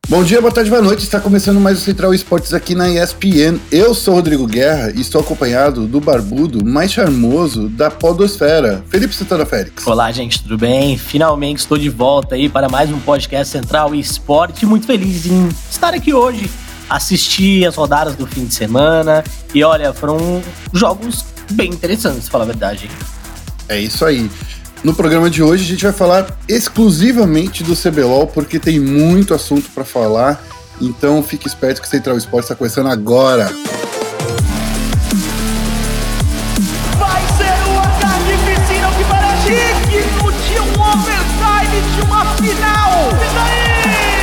Bom dia, boa tarde, boa noite. Está começando mais o Central Esportes aqui na ESPN. Eu sou o Rodrigo Guerra e estou acompanhado do barbudo mais charmoso da podosfera, Felipe Santana Félix. Olá, gente, tudo bem? Finalmente estou de volta aí para mais um podcast Central Esportes. Muito feliz em estar aqui hoje, assistir as rodadas do fim de semana. E olha, foram jogos bem interessantes, pra falar a verdade. É isso aí. No programa de hoje a gente vai falar exclusivamente do CBLOL, porque tem muito assunto para falar, então fique esperto que o Central Esportes está começando agora. Vai ser uma carnificina que parece digno de um overtime de uma final! E daí?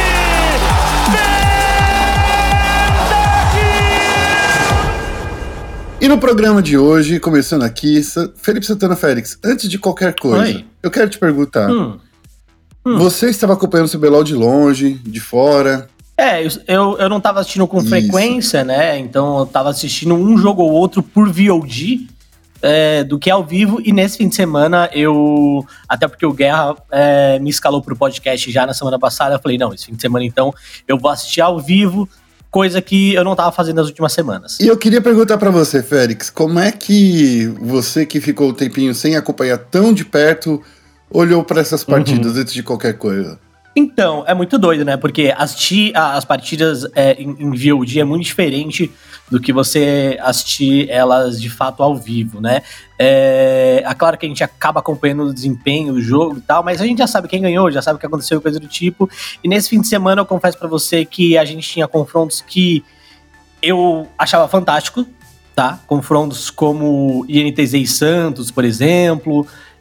E no programa de hoje, começando aqui, Felipe Santana Félix, antes de qualquer coisa, eu quero te perguntar, você estava acompanhando o CBLOL de longe, de fora? Eu não estava assistindo com frequência, né, então eu estava assistindo um jogo ou outro por VOD, do que ao vivo, e nesse fim de semana até porque o Guerra me escalou pro podcast já na semana passada, eu falei, não, esse fim de semana então eu vou assistir ao vivo, coisa que eu não estava fazendo nas últimas semanas. E eu queria perguntar para você, Félix, como é que você que ficou um tempinho sem acompanhar tão de perto, olhou para essas partidas antes de qualquer coisa? Então, é muito doido, né? Porque assistir as partidas em VOD é muito diferente do que você assistir elas de fato ao vivo, né? É claro que a gente acaba acompanhando o desempenho do jogo e tal, mas a gente já sabe quem ganhou, já sabe o que aconteceu, coisa do tipo. E nesse fim de semana eu confesso pra você que a gente tinha confrontos que eu achava fantástico, tá? Confrontos como INTZ e Santos, por exemplo.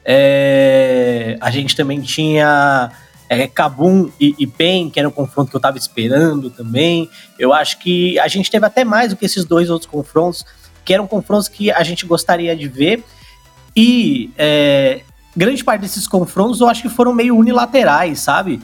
A gente também tinha KaBuM e PEN, que era um confronto que eu tava esperando também. Eu acho que a gente teve até mais do que esses dois outros confrontos, que eram confrontos que a gente gostaria de ver. E grande parte desses confrontos eu acho que foram meio unilaterais, sabe?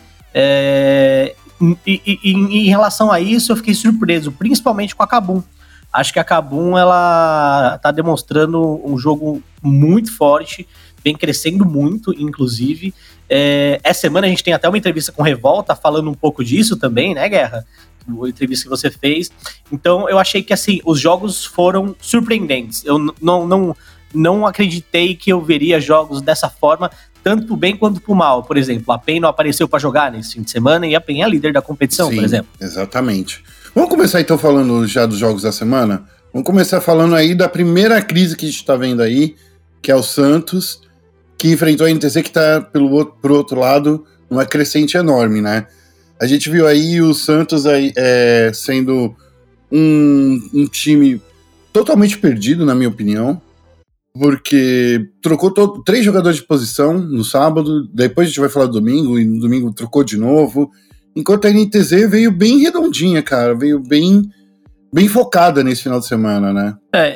Em relação a isso, eu fiquei surpreso, principalmente com a KaBuM. Acho que a KaBuM, ela tá demonstrando um jogo muito forte, vem crescendo muito, inclusive. Essa semana a gente tem até uma entrevista com Revolta falando um pouco disso também, né, Guerra? A entrevista que você fez. Então eu achei que, assim, os jogos foram surpreendentes. Eu não acreditei que eu veria jogos dessa forma, tanto pro bem quanto pro mal. Por exemplo, a PEN não apareceu para jogar nesse fim de semana e a PEN é a líder da competição, Sim, por exemplo. Exatamente. Vamos começar então falando já dos jogos da semana? Vamos começar falando aí da primeira crise que a gente tá vendo aí, que é o Santos, que enfrentou a NTZ, que tá pro outro lado, numa crescente enorme, né? A gente viu aí o Santos aí, sendo um time totalmente perdido, na minha opinião, porque trocou 3 jogadores de posição no sábado, depois a gente vai falar do domingo, e no domingo trocou de novo, enquanto a NTZ veio bem redondinha, cara, veio bem focada nesse final de semana, né?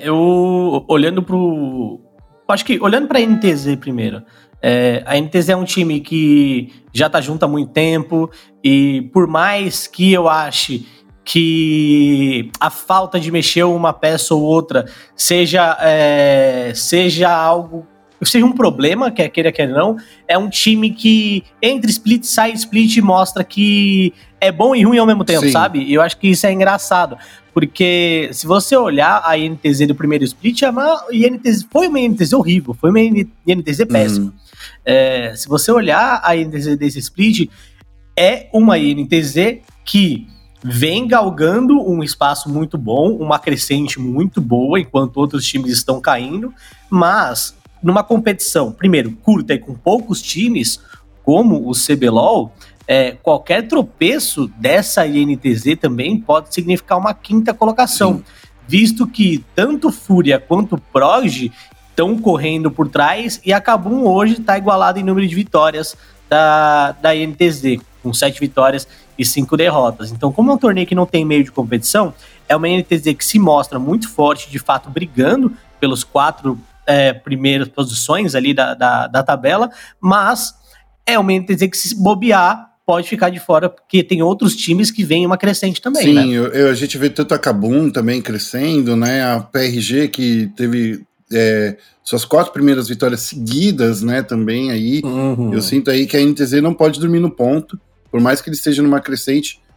Acho que olhando para a NTZ primeiro, a NTZ é um time que já tá junto há muito tempo, e por mais que eu ache que a falta de mexer uma peça ou outra seja um problema, quer queira, quer não, é um time que entre split, sai split, mostra que é bom e ruim ao mesmo tempo, sabe? E eu acho que isso é engraçado, porque se você olhar a INTZ do primeiro split, foi uma INTZ horrível, foi uma INTZ péssima. Se você olhar a INTZ desse split, é uma INTZ que vem galgando um espaço muito bom, uma crescente muito boa, enquanto outros times estão caindo, mas numa competição, primeiro, curta e com poucos times, como o CBLOL, qualquer tropeço dessa INTZ também pode significar uma 5ª colocação, visto que tanto Fúria quanto Prog estão correndo por trás, e a KaBuM hoje está igualada em número de vitórias da INTZ, com 7 vitórias e 5 derrotas. Então, como é um torneio que não tem meio de competição, é uma INTZ que se mostra muito forte, de fato, brigando pelos 4 primeiras posições ali da tabela, mas é uma INTZ que, se bobear, pode ficar de fora, porque tem outros times que vêm uma crescente também, Sim, né? Sim, a gente vê tanto a KaBuM também crescendo, né, a PRG que teve suas 4 primeiras vitórias seguidas, né, também aí. Eu sinto aí que a NTZ não pode dormir no ponto, por mais que ele esteja numa crescente,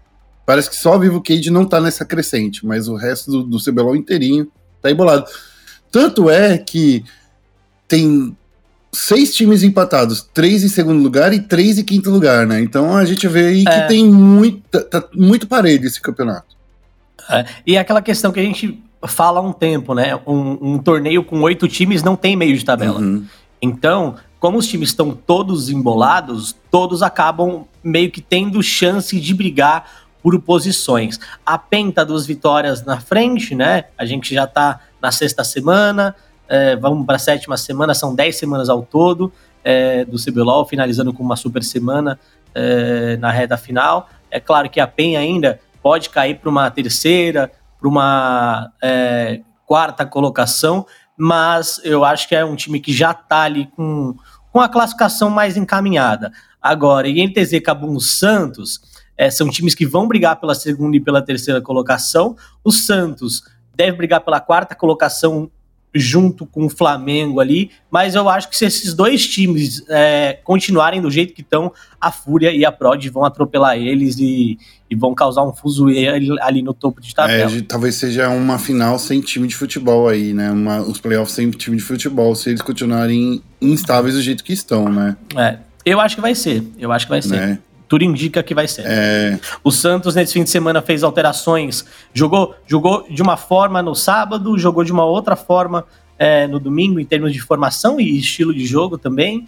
Parece que só o Vivo Cage não tá nessa crescente, mas o resto do CBLOL inteirinho tá embolado. Tanto é que tem 6 times empatados, 3 em segundo lugar e 3 em quinto lugar, né? Então a gente vê aí que tem tá muito parelho esse campeonato. E aquela questão que a gente fala há um tempo, né? Um torneio com 8 times não tem meio de tabela. Então, como os times estão todos embolados, todos acabam meio que tendo chance de brigar por posições. A PEN tá 2 vitórias na frente, né? A gente já tá na 6ª semana, vamos para a 7ª semana, são 10 semanas ao todo do CBLOL, finalizando com uma super semana na reta final. É claro que a PEN ainda pode cair para uma 3ª, para uma 4ª colocação, mas eu acho que é um time que já está ali com a classificação mais encaminhada. Agora, INTZ, KaBuM, Santos, são times que vão brigar pela 2ª e pela 3ª colocação. O Santos deve brigar pela 4ª colocação junto com o Flamengo ali, mas eu acho que se esses 2 times continuarem do jeito que estão, a Fúria e a Prod vão atropelar eles e vão causar um fuzuê ali no topo de tabela. Talvez seja uma final sem time de futebol aí, né? Os playoffs sem time de futebol, se eles continuarem instáveis do jeito que estão, né? Eu acho que vai ser. Tudo indica que vai ser. O Santos, nesse fim de semana, fez alterações. Jogou de uma forma no sábado, jogou de uma outra forma no domingo, em termos de formação e estilo de jogo também.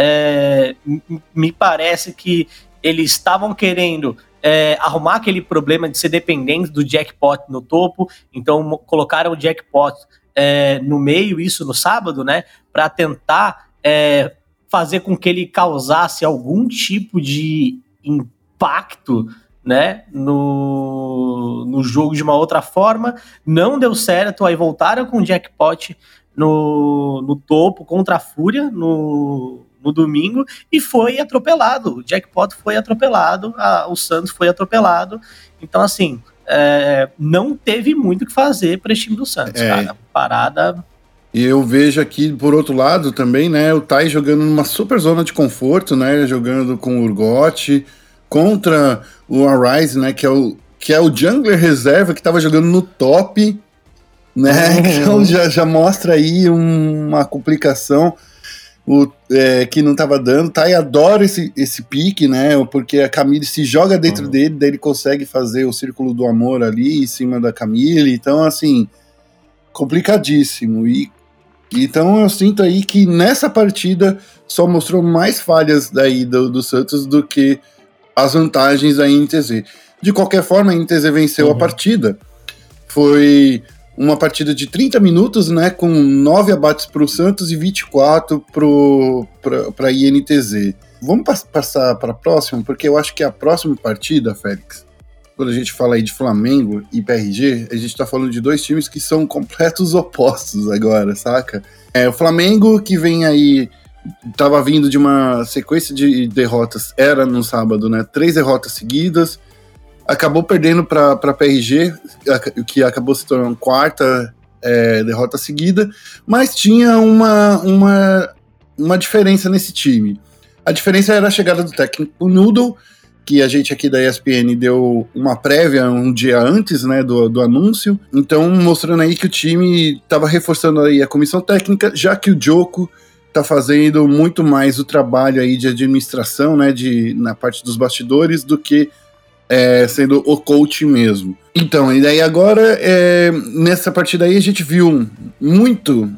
Me parece que eles estavam querendo arrumar aquele problema de ser dependente do jackpot no topo, então colocaram o jackpot no meio, isso no sábado, né, para tentar fazer com que ele causasse algum tipo de impacto, né, no jogo de uma outra forma. Não deu certo, aí voltaram com o jackpot no topo contra a Fúria no domingo e foi atropelado. O jackpot foi atropelado, o Santos foi atropelado. Então, assim, não teve muito o que fazer para esse time do Santos, cara. Parada. E eu vejo aqui, por outro lado, também, né, o Tai jogando numa super zona de conforto, né, jogando com o Urgot, contra o Arise, né, que é o jungler reserva que estava jogando no top, né, então já mostra aí uma complicação que não estava dando. O Tai adora esse pique, né, porque a Camille se joga dentro dele, daí ele consegue fazer o círculo do amor ali em cima da Camille, então, assim, complicadíssimo. Então eu sinto aí que nessa partida só mostrou mais falhas daí do Santos do que as vantagens da INTZ. De qualquer forma, a INTZ venceu a partida. Foi uma partida de 30 minutos, né, com 9 abates para o Santos e 24 para a INTZ. Vamos passar para a próxima, porque eu acho que a próxima partida, Félix, quando a gente fala aí de Flamengo e PRG, a gente tá falando de 2 times que são completos opostos agora, saca? O Flamengo, que vem aí, tava vindo de uma sequência de derrotas, era no sábado, né? 3 derrotas seguidas, acabou perdendo pra PRG, que acabou se tornando 4ª derrota seguida, mas tinha uma diferença nesse time. A diferença era a chegada do técnico Noodle, que a gente aqui da ESPN deu uma prévia um dia antes, né, do anúncio, então mostrando aí que o time estava reforçando aí a comissão técnica, já que o Joko está fazendo muito mais o trabalho aí de administração, né, na parte dos bastidores, do que sendo o coach mesmo. Então, e daí agora, nessa partida aí a gente viu muito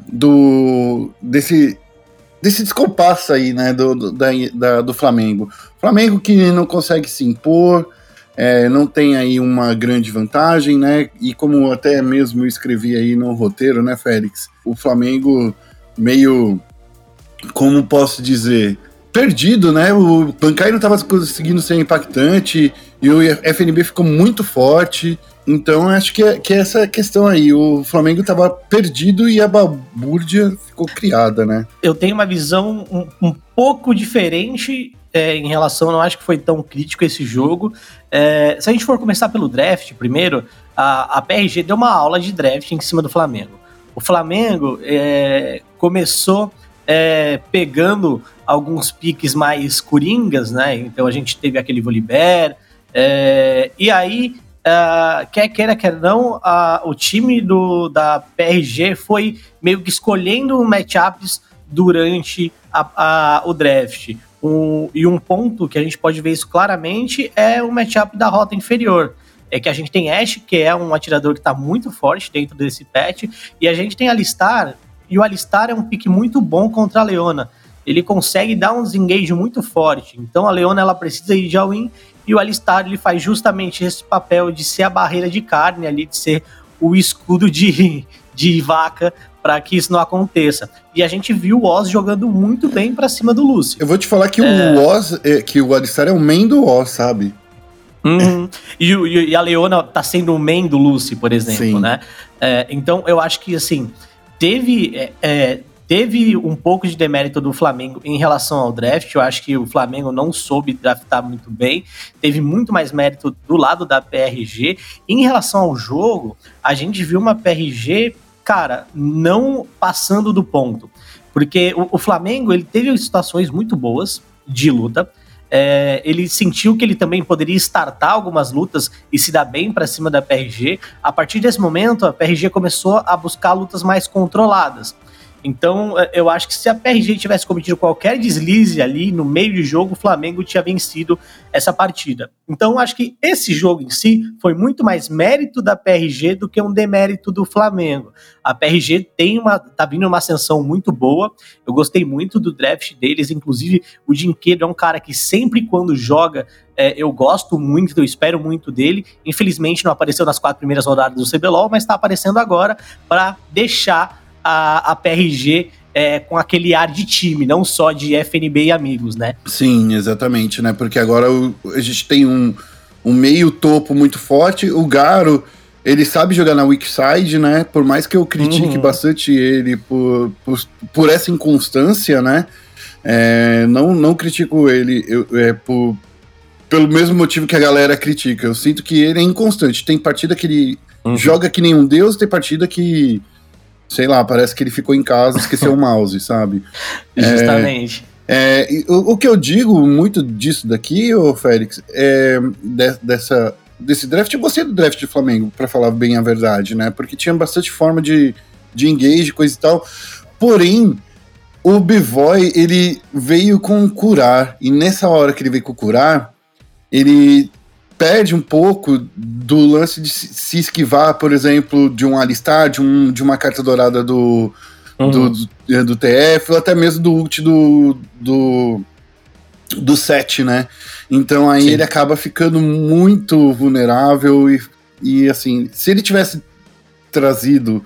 desse descompasso aí, né, do Flamengo. Flamengo que não consegue se impor, não tem aí uma grande vantagem, né, e como até mesmo eu escrevi aí no roteiro, né, Félix, o Flamengo meio, como posso dizer, perdido, né, o Bankai não estava conseguindo ser impactante, e o FNB ficou muito forte. Então, acho que é essa questão aí. O Flamengo estava perdido e a balbúrdia ficou criada, né? Eu tenho uma visão um pouco diferente em relação... Não acho que foi tão crítico esse jogo. Se a gente for começar pelo draft primeiro, a PRG deu uma aula de draft em cima do Flamengo. O Flamengo começou pegando alguns piques mais coringas, né? Então, a gente teve aquele Volibear... E aí, quer queira, quer não, o time da PRG foi meio que escolhendo matchups durante o draft. E um ponto que a gente pode ver isso claramente é o matchup da rota inferior. É que a gente tem Ashe, que é um atirador que está muito forte dentro desse patch, e a gente tem Alistar, e o Alistar é um pick muito bom contra a Leona. Ele consegue dar um desengage muito forte. Então a Leona ela precisa ir de all-in, e o Alistar ele faz justamente esse papel de ser a barreira de carne ali, de ser o escudo de vaca para que isso não aconteça. E a gente viu o Oz jogando muito bem para cima do Lúcio. Eu vou te falar que o Oz, que o Alistar é o main do Oz, sabe? E a Leona tá sendo o main do Lucy, por exemplo, Sim. né? Então eu acho que assim teve um pouco de demérito do Flamengo em relação ao draft. Eu acho que o Flamengo não soube draftar muito bem. Teve muito mais mérito do lado da PRG. Em relação ao jogo, a gente viu uma PRG, cara, não passando do ponto. Porque o Flamengo ele teve situações muito boas de luta. Ele sentiu que ele também poderia startar algumas lutas e se dar bem para cima da PRG. A partir desse momento, a PRG começou a buscar lutas mais controladas. Então, eu acho que se a PRG tivesse cometido qualquer deslize ali no meio de jogo, o Flamengo tinha vencido essa partida. Então, eu acho que esse jogo em si foi muito mais mérito da PRG do que um demérito do Flamengo. A PRG tá vindo uma ascensão muito boa. Eu gostei muito do draft deles. Inclusive, o Dinquedo é um cara que sempre quando joga, eu gosto muito, eu espero muito dele. Infelizmente, não apareceu nas 4 primeiras rodadas do CBLOL, mas está aparecendo agora para deixar a PRG com aquele ar de time, não só de FNB e amigos, né? Sim, exatamente, né? Porque agora a gente tem um meio topo muito forte. O Garo, ele sabe jogar na weak side, né? Por mais que eu critique bastante ele por essa inconstância, né? Não critico ele pelo mesmo motivo que a galera critica. Eu sinto que ele é inconstante. Tem partida que ele joga que nem um deus, tem partida que sei lá, parece que ele ficou em casa e esqueceu o mouse, sabe? Justamente. O que eu digo muito disso daqui, ô Félix, desse draft, eu gostei do draft do Flamengo, pra falar bem a verdade, né? Porque tinha bastante forma de engage, coisa e tal. Porém, o B-Boy, ele veio com curar, e nessa hora que ele veio com curar, ele perde um pouco do lance de se esquivar, por exemplo, de um Alistar, de uma carta dourada do TF, ou até mesmo do ult do set, né? Então aí Sim. ele acaba ficando muito vulnerável e assim, se ele tivesse trazido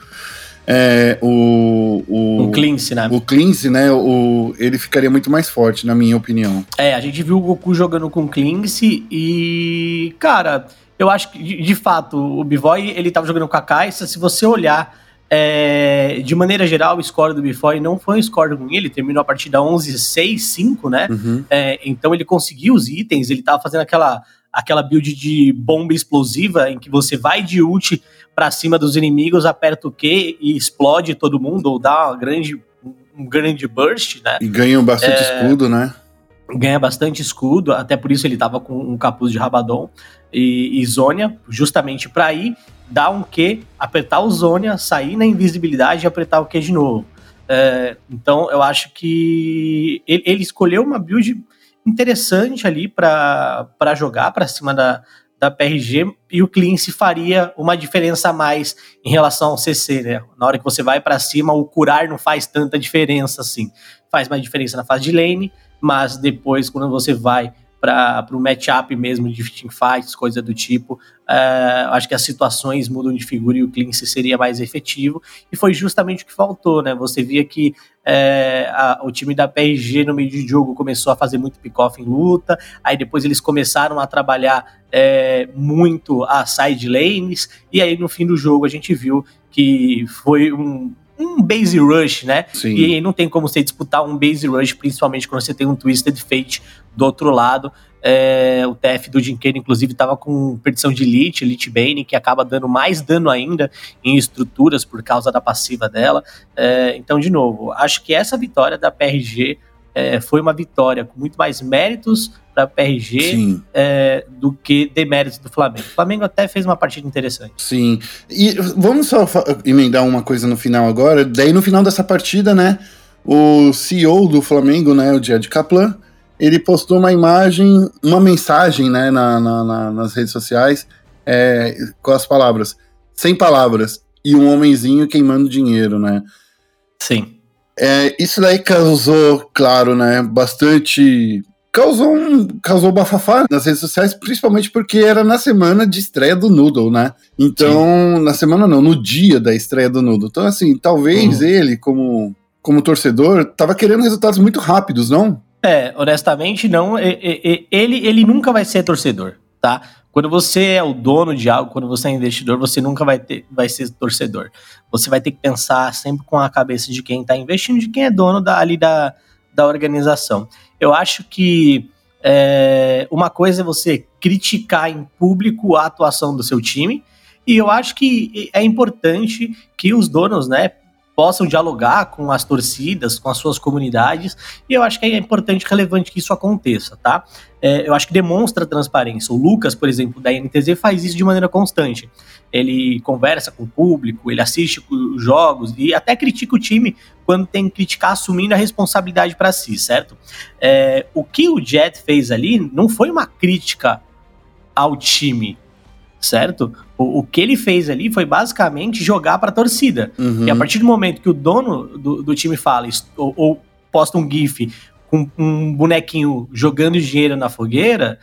o Cleanse, né? O Cleanse, né? Ele ficaria muito mais forte, na minha opinião. A gente viu o Goku jogando com Cleanse e, cara, eu acho que, de fato, o B-Boy, ele tava jogando com a Kai'Sa. Se você olhar, de maneira geral, o score do B-Boy não foi um score ruim. Ele terminou a partida 11-6-5, né? Então ele conseguiu os itens, ele tava fazendo aquela build de bomba explosiva em que você vai de ult pra cima dos inimigos, aperta o Q e explode todo mundo, ou dá um grande burst, né? E ganha bastante escudo, né? Ganha bastante escudo, até por isso ele tava com um capuz de Rabadon e Zhonya, justamente pra ir, dar um Q, apertar o Zhonya, sair na invisibilidade e apertar o Q de novo. Então eu acho que ele escolheu uma build interessante ali para jogar para cima da PRG, e o Cleanse faria uma diferença a mais em relação ao CC, né? Na hora que você vai para cima, o curar não faz tanta diferença assim. Faz mais diferença na fase de lane, mas depois, quando você vai para o matchup mesmo de teamfights, coisa do tipo, acho que as situações mudam de figura e o Cleanse seria mais efetivo, e foi justamente o que faltou, né? Você via que o time da PRG no meio de jogo começou a fazer muito pick-off em luta, aí depois eles começaram a trabalhar muito as side lanes, e aí no fim do jogo a gente viu que foi um base rush, né? Sim. E aí não tem como você disputar um base rush, principalmente quando você tem um Twisted Fate do outro lado. O TF do Jinkeiro, inclusive, estava com perdição de Elite Bane, que acaba dando mais dano ainda em estruturas por causa da passiva dela. Então, de novo, acho que essa vitória da PRG foi uma vitória com muito mais méritos para o PRG do que deméritos do Flamengo. O Flamengo até fez uma partida interessante. Sim, e vamos só emendar uma coisa no final agora. Daí no final dessa partida, né, o CEO do Flamengo, né, o Jed Kaplan, ele postou uma mensagem, né, nas redes sociais, com as palavras, 100 palavras, e um homenzinho queimando dinheiro, né? Sim. Isso daí causou, claro, né, bastante... Causou bafafá nas redes sociais, principalmente porque era na semana de estreia do Noodle, né? Então, na semana não, no dia da estreia do Noodle. Então, assim, talvez ele, como torcedor, tava querendo resultados muito rápidos, não? Honestamente, não. Ele nunca vai ser torcedor, tá? Quando você é o dono de algo, quando você é investidor, você nunca vai ser torcedor. Você vai ter que pensar sempre com a cabeça de quem está investindo, de quem é dono da organização. Eu acho que uma coisa é você criticar em público a atuação do seu time, e eu acho que é importante que os donos, né, possam dialogar com as torcidas, com as suas comunidades, e eu acho que é importante e relevante que isso aconteça, tá? Eu acho que demonstra transparência. O Lucas, por exemplo, da NTZ, faz isso de maneira constante. Ele conversa com o público, ele assiste os jogos e até critica o time quando tem que criticar, assumindo a responsabilidade para si, certo? O que o Jet fez ali não foi uma crítica ao time, certo? O que ele fez ali foi basicamente jogar para a torcida. E a partir do momento que o dono do time fala ou posta um gif com um bonequinho jogando dinheiro na fogueira,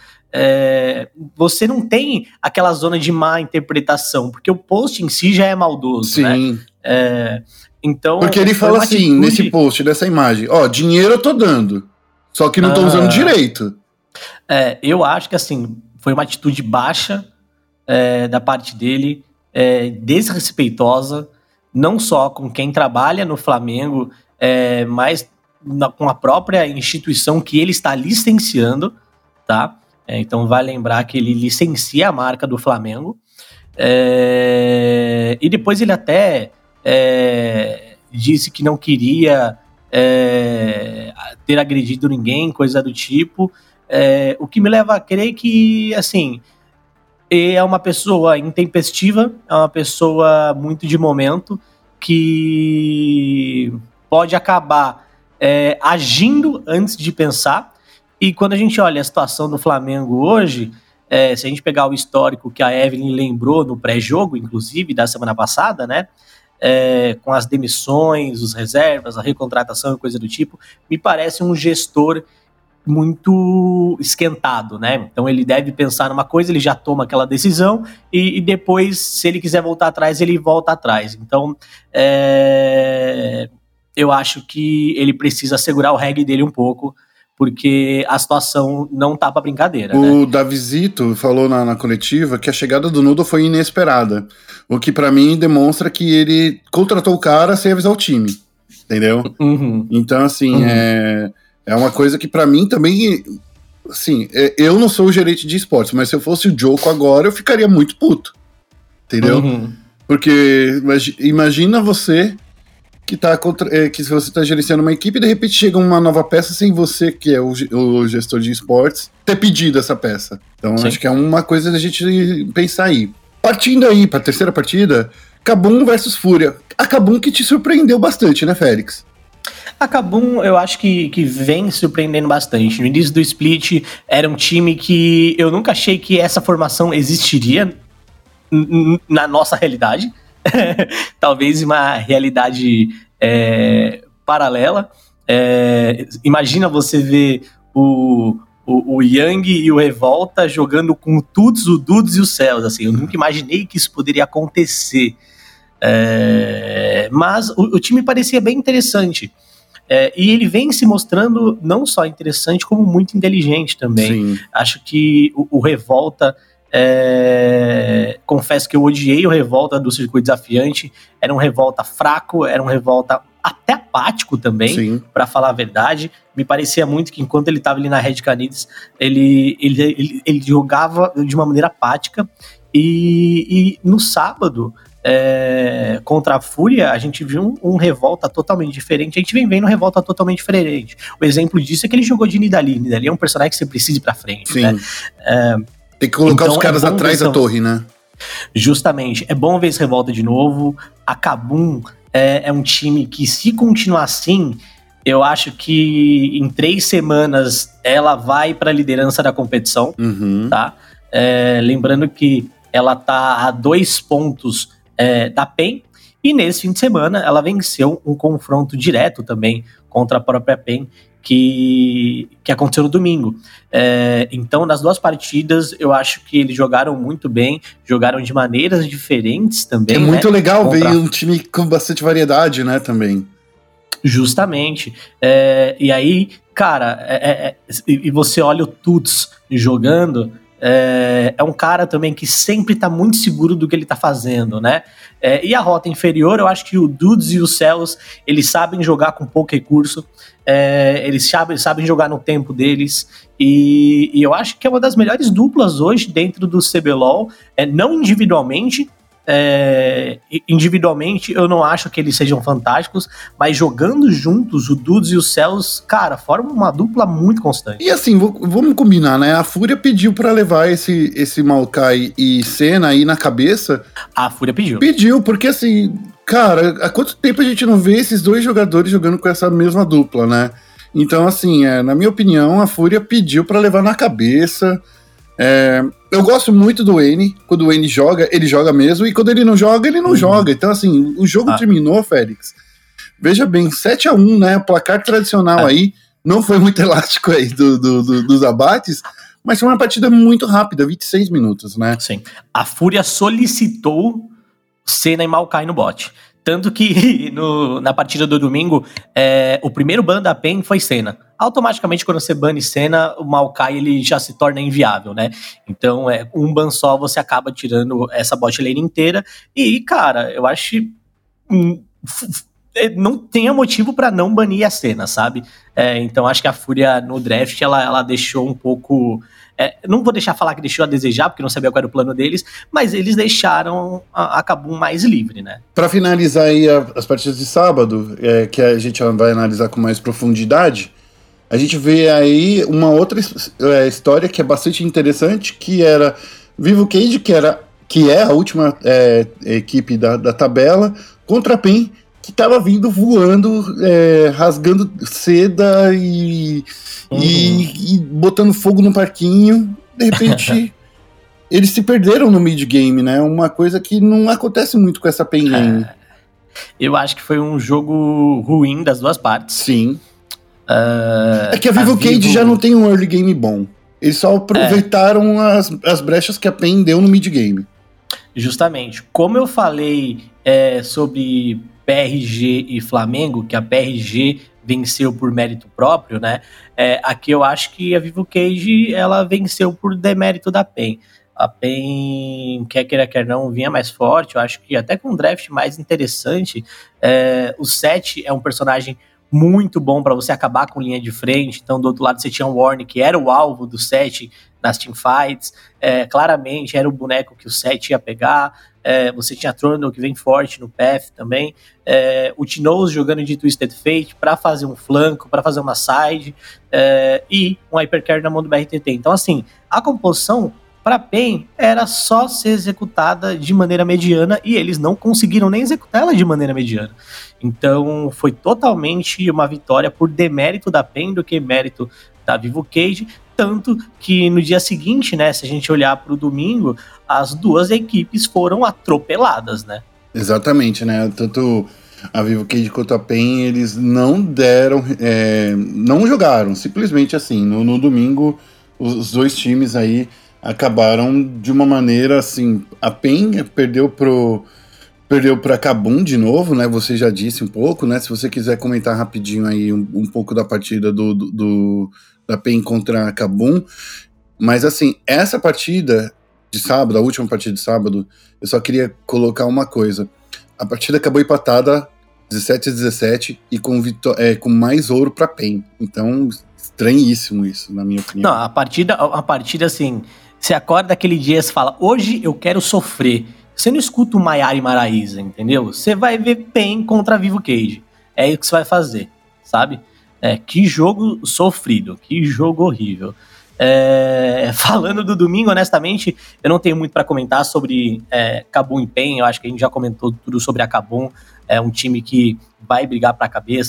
você não tem aquela zona de má interpretação, porque o post em si já é maldoso. Sim. Né? Então, porque ele fala assim, nesse post, dessa imagem, dinheiro eu tô dando, só que não tô usando direito. Eu acho que assim, foi uma atitude baixa da parte dele, desrespeitosa, não só com quem trabalha no Flamengo, mas com a própria instituição que ele está licenciando, tá? Então vai lembrar que ele licencia a marca do Flamengo, e depois ele até disse que não queria ter agredido ninguém, coisa do tipo, o que me leva a crer que, assim, é uma pessoa intempestiva, é uma pessoa muito de momento, que pode acabar agindo antes de pensar. E quando a gente olha a situação do Flamengo hoje, se a gente pegar o histórico que a Evelyn lembrou no pré-jogo, inclusive, da semana passada, né, com as demissões, os reservas, a recontratação e coisa do tipo, me parece um gestor muito esquentado, né? Então ele deve pensar numa coisa, ele já toma aquela decisão e depois, se ele quiser voltar atrás, ele volta atrás. Então, eu acho que ele precisa segurar o reggae dele um pouco, porque a situação não tá pra brincadeira. O Davizito falou na coletiva que a chegada do Noodle foi inesperada, o que pra mim demonstra que ele contratou o cara sem avisar o time, entendeu? Então, assim, é uma coisa que pra mim também, assim, eu não sou o gerente de esportes, mas se eu fosse o Joko agora, eu ficaria muito puto, entendeu? Porque imagina você que se você tá gerenciando uma equipe e de repente chega uma nova peça sem você, que é o gestor de esportes, ter pedido essa peça. Então acho que é uma coisa da gente pensar aí. Partindo aí pra terceira partida, KaBuM versus Fúria. A KaBuM que te surpreendeu bastante, né, Félix? A KaBuM, eu acho que vem surpreendendo bastante. No início do split, era um time que eu nunca achei que essa formação existiria na nossa realidade. Talvez uma realidade paralela. Imagina você ver o Yang e o Revolta jogando com o Dudes e o Céus. Assim, eu nunca imaginei que isso poderia acontecer. Mas o time parecia bem interessante. E ele vem se mostrando não só interessante, como muito inteligente também. Sim. Acho que o Revolta... confesso que eu odiei o Revolta do Circuito Desafiante. Era um Revolta fraco, era um Revolta até apático também, pra falar a verdade. Me parecia muito que enquanto ele estava ali na Red Canids, ele jogava de uma maneira apática. E no sábado, contra a Fúria, a gente viu um Revolta totalmente diferente. A gente vem vendo um Revolta totalmente diferente. O exemplo disso é que ele jogou de Nidalee. Nidalee é um personagem que você precisa ir pra frente. Sim. Né? Tem que colocar os caras atrás da torre, né? Justamente. É bom ver esse Revolta de novo. A Kabum é um time que, se continuar assim, eu acho que em 3 semanas ela vai pra liderança da competição. Tá? Lembrando que ela tá a 2 pontos da PEN, e nesse fim de semana ela venceu um confronto direto também contra a própria PEN, que aconteceu no domingo. Então, nas 2 partidas, eu acho que eles jogaram muito bem, jogaram de maneiras diferentes também. É muito legal ver um time com bastante variedade, né, também. Justamente. E aí, cara, e você olha o Tuts jogando, é um cara também que sempre tá muito seguro do que ele tá fazendo, né? E a rota inferior, eu acho que o Dudes e o Celos, eles sabem jogar com pouco recurso, eles sabem jogar no tempo deles, e eu acho que é uma das melhores duplas hoje dentro do CBLOL, não individualmente. Individualmente eu não acho que eles sejam fantásticos, mas jogando juntos, o Dudes e o Celos, cara, formam uma dupla muito constante. E assim, vamos combinar, né? A Fúria pediu pra levar esse Maokai e Senna aí na cabeça. A Fúria pediu. Pediu, porque assim, cara, há quanto tempo a gente não vê esses 2 jogadores jogando com essa mesma dupla, né? Então, assim, na minha opinião, a Fúria pediu pra levar na cabeça. Eu gosto muito do N. Quando o N joga, ele joga mesmo, e quando ele não joga, ele não joga. Então, assim, o jogo terminou, Félix. Veja bem, 7-1, né? O placar tradicional aí, não foi muito elástico aí dos abates, mas foi uma partida muito rápida, 26 minutos, né? Sim. A Fúria solicitou Senna e Maokai no bot. Tanto que na partida do domingo, o primeiro ban da PEN foi Senna. Automaticamente, quando você bane Senna, o Maokai ele já se torna inviável, né? Então, um ban só, você acaba tirando essa bot lane inteira. E, cara, eu acho que não tenha motivo pra não banir a Senna, sabe? Então, acho que a Fúria no draft, ela deixou um pouco... não vou deixar falar que deixou a desejar, porque não sabia qual era o plano deles, mas eles deixaram a Kabum mais livre, né? Pra finalizar aí as partidas de sábado, que a gente vai analisar com mais profundidade, a gente vê aí uma outra história que é bastante interessante, que era Vivo Cage, que é a última equipe da tabela, contra a PEN, que tava vindo voando, rasgando seda e botando fogo no parquinho. De repente, eles se perderam no mid-game, né? Uma coisa que não acontece muito com essa PEN game. Eu acho que foi um jogo ruim das 2 partes. Sim. É que a Vivo Cage já não tem um early game bom. Eles só aproveitaram as brechas que a PEN deu no mid-game. Justamente. Como eu falei sobre PRG e Flamengo, que a PRG venceu por mérito próprio, né? Aqui eu acho que a Vivo Cage, ela venceu por demérito da PEN. A PEN, quer queira, quer não, vinha mais forte. Eu acho que até com um draft mais interessante. O Seth é um personagem muito bom para você acabar com linha de frente. Então, do outro lado, você tinha o Warren, que era o alvo do Seth nas teamfights. Claramente, era o boneco que o Seth ia pegar. Você tinha Trundle, que vem forte no path também. O Tinoz jogando de Twisted Fate para fazer um flanco, para fazer uma side. E um Hypercarry na mão do BRTT. Então, assim, a composição para PEN era só ser executada de maneira mediana, e eles não conseguiram nem executar ela de maneira mediana. Então foi totalmente uma vitória por demérito da PEN do que mérito da Vivo Cage, tanto que no dia seguinte, né, se a gente olhar para o domingo, as 2 equipes foram atropeladas, né? Exatamente, né? Tanto a Vivo Cage quanto a PEN, eles não deram, não jogaram, simplesmente assim. No domingo, os 2 times aí acabaram de uma maneira assim. A PEN perdeu pra Kabum de novo, né? Você já disse um pouco, né? Se você quiser comentar rapidinho aí um pouco da partida da PEN contra a Kabum. Mas assim, essa partida de sábado, a última partida de sábado, eu só queria colocar uma coisa. A partida acabou empatada 17-17 e com mais ouro pra PEN. Então, estranhíssimo isso, na minha opinião. Não, a partida assim, você acorda aquele dia e fala, hoje eu quero sofrer. você não escuta o Maiara e Maraíza, entendeu? Você vai ver PEN contra Vivo Cage. É isso que você vai fazer, sabe? Que jogo sofrido, que jogo horrível. Falando do domingo, honestamente, eu não tenho muito para comentar sobre KaBuM e PEN. Eu acho que a gente já comentou tudo sobre a KaBuM. É um time que vai brigar pra cabeça.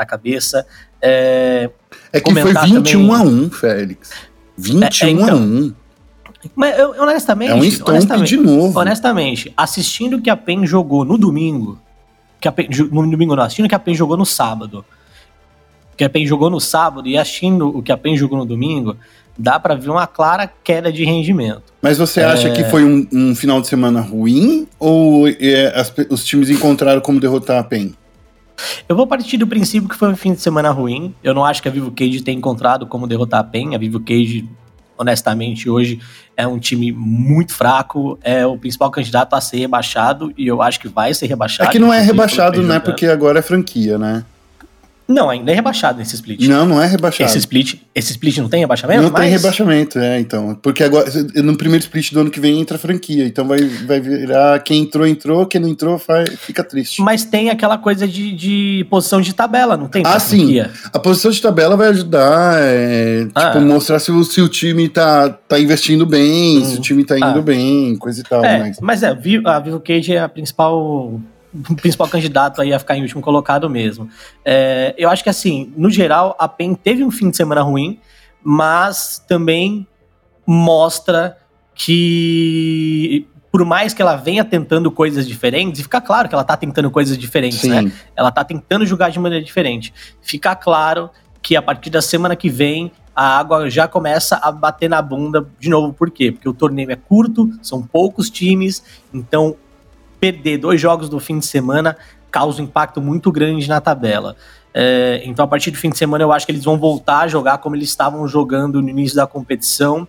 Que foi 21-1, Félix. 21-1. Mas honestamente... É um stomp de novo. Honestamente, assistindo o que a PEN jogou no domingo... assistindo o que a PEN jogou no sábado... que a PEN jogou no sábado e assistindo o que a PEN jogou no domingo, dá pra ver uma clara queda de rendimento. Mas você acha que foi um final de semana ruim? Ou os times encontraram como derrotar a PEN? Eu vou partir do princípio que foi um fim de semana ruim. Eu não acho que a Vivo Cage tenha encontrado como derrotar a PEN. A Vivo Cage, honestamente, hoje é um time muito fraco, é o principal candidato a ser rebaixado, e eu acho que vai ser rebaixado. É que não é rebaixado, né? Porque agora é franquia, né? Não, ainda é rebaixado nesse split. Não é rebaixado. Esse split não tem rebaixamento? Não tem rebaixamento, então. Porque agora, no primeiro split do ano que vem, entra a franquia. Então vai virar quem entrou, quem não entrou, fica triste. Mas tem aquela coisa de posição de tabela, não tem? Sim. A posição de tabela vai ajudar, mostrar se o time tá investindo bem, se o time tá indo bem, coisa e tal. Mas a Vivo Cage é o principal candidato aí a ficar em último colocado mesmo. Eu acho que, assim, no geral, a PEN teve um fim de semana ruim, mas também mostra que, por mais que ela venha tentando coisas diferentes, e fica claro que ela tá tentando coisas diferentes, Sim. né? Ela tá tentando jogar de maneira diferente. Fica claro que a partir da semana que vem, a água já começa a bater na bunda de novo. Por quê? Porque o torneio é curto, são poucos times, então perder 2 jogos do fim de semana causa um impacto muito grande na tabela. Então, a partir do fim de semana, eu acho que eles vão voltar a jogar como eles estavam jogando no início da competição,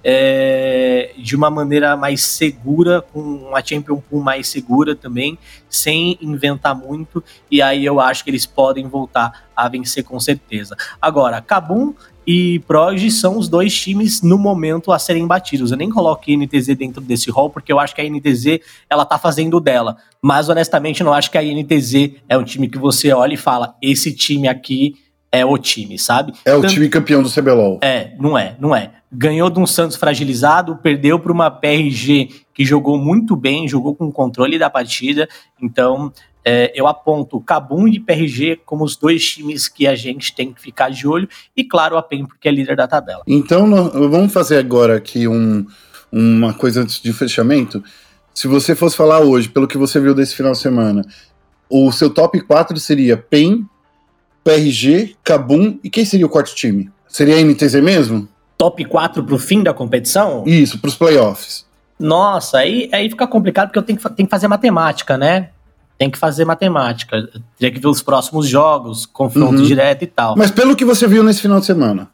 de uma maneira mais segura, com uma Champion Pool mais segura também, sem inventar muito, e aí eu acho que eles podem voltar a vencer com certeza. Agora, KaBuM e Proj são os 2 times no momento a serem batidos. Eu nem coloco a INTZ dentro desse rol, porque eu acho que a INTZ, ela tá fazendo dela. Mas, honestamente, eu não acho que a INTZ é um time que você olha e fala, esse time aqui é o time, sabe? O time campeão do CBLOL. Não é. Ganhou de um Santos fragilizado, perdeu para uma PRG que jogou muito bem, jogou com controle da partida. Então, eu aponto KaBuM e PRG como os 2 times que a gente tem que ficar de olho, e claro, a PEN, porque é líder da tabela. Então, vamos fazer agora aqui uma coisa antes de fechamento. Se você fosse falar hoje, pelo que você viu desse final de semana, o seu top 4 seria PEN, PRG, KaBuM, e quem seria o quarto time? Seria a NTZ mesmo? Top 4 pro fim da competição? Isso, pros playoffs. Nossa, aí fica complicado, porque eu tenho que fazer matemática, né? Tem que fazer matemática. Teria que ver os próximos jogos, confronto direto e tal. Mas pelo que você viu nesse final de semana?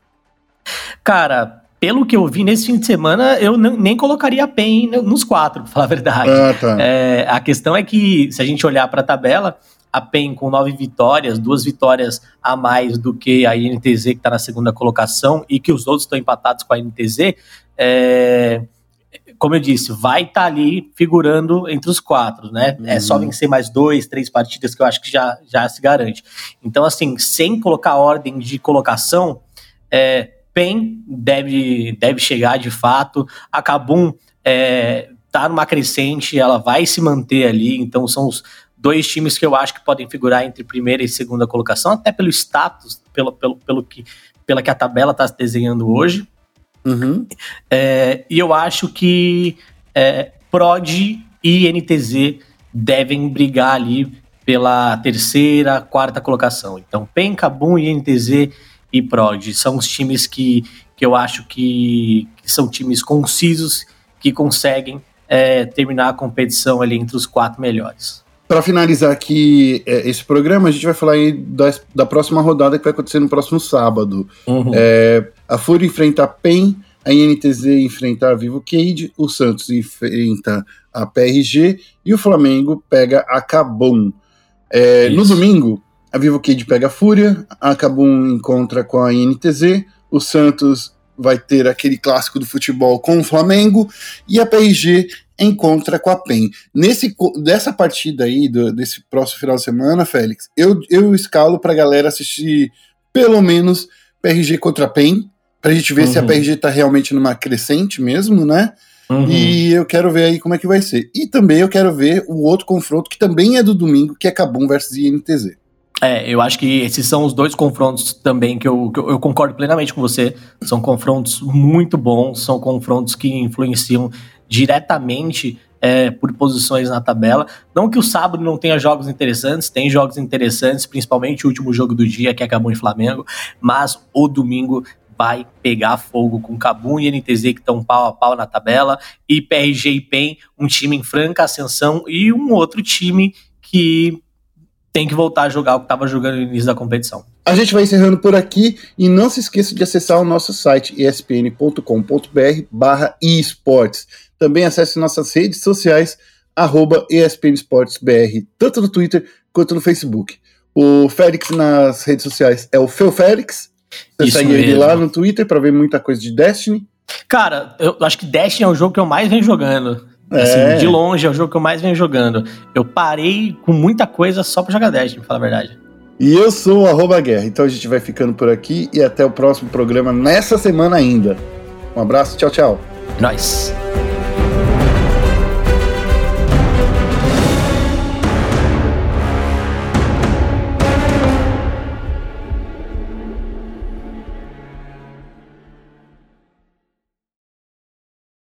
Cara, pelo que eu vi nesse fim de semana, eu nem colocaria a PEN nos 4, pra falar a verdade. Tá. A questão é que, se a gente olhar pra tabela, a PEN com 9 vitórias, 2 vitórias a mais do que a INTZ, que tá na segunda colocação, e que os outros estão empatados com a INTZ, como eu disse, vai estar ali figurando entre os 4, né? É só vencer mais 2, 3 partidas que eu acho que já se garante. Então, assim, sem colocar ordem de colocação, PEN deve chegar de fato. A KaBuM tá numa crescente, ela vai se manter ali, então são os 2 times que eu acho que podem figurar entre primeira e segunda colocação, até pelo status, pela que a tabela está se desenhando hoje. E eu acho que Prod e NTZ devem brigar ali pela terceira, quarta colocação. Então, PEN, KaBuM, NTZ e Prod são os times que eu acho que são times concisos, que conseguem terminar a competição ali entre os 4 melhores. Para finalizar aqui esse programa, a gente vai falar aí da próxima rodada que vai acontecer no próximo sábado. A FURIA enfrenta a PEN, a INTZ enfrenta a Vivo Cage, o Santos enfrenta a PRG e o Flamengo pega a KaBuM. No domingo, a Vivo Cage pega a FURIA, a KaBuM encontra com a INTZ, o Santos vai ter aquele clássico do futebol com o Flamengo, e a PRG encontra com a PEN. Dessa partida aí, desse próximo final de semana, Félix, eu escalo pra galera assistir pelo menos PRG contra a PEN, pra gente ver se a PRG tá realmente numa crescente mesmo, né? E eu quero ver aí como é que vai ser. E também eu quero ver o outro confronto, que também é do domingo, que é KABUM versus INTZ. Eu acho que esses são os dois confrontos também que eu concordo plenamente com você. São confrontos muito bons, são confrontos que influenciam diretamente por posições na tabela. Não que o sábado não tenha jogos interessantes, tem jogos interessantes, principalmente o último jogo do dia, que é KABUM e Flamengo, mas o domingo vai pegar fogo com KABUM e INTZ, que estão pau a pau na tabela, e PRG e PEN, um time em franca ascensão, e um outro time que tem que voltar a jogar o que estava jogando no início da competição. A gente vai encerrando por aqui e não se esqueça de acessar o nosso site espn.com.br/esportes. Também acesse nossas redes sociais @ESPNSportsBR, tanto no Twitter quanto no Facebook. O Félix nas redes sociais é o FeuFélix. Você segue ele lá no Twitter para ver muita coisa de Destiny. Cara, eu acho que Destiny é o jogo que eu mais venho jogando. Assim, de longe é o jogo que eu mais venho jogando. Eu parei com muita coisa só pra jogar Destiny, pra falar a verdade. E eu sou o @Guerra. Então a gente vai ficando por aqui e até o próximo programa nessa semana ainda. Um abraço, tchau, tchau. Nóis.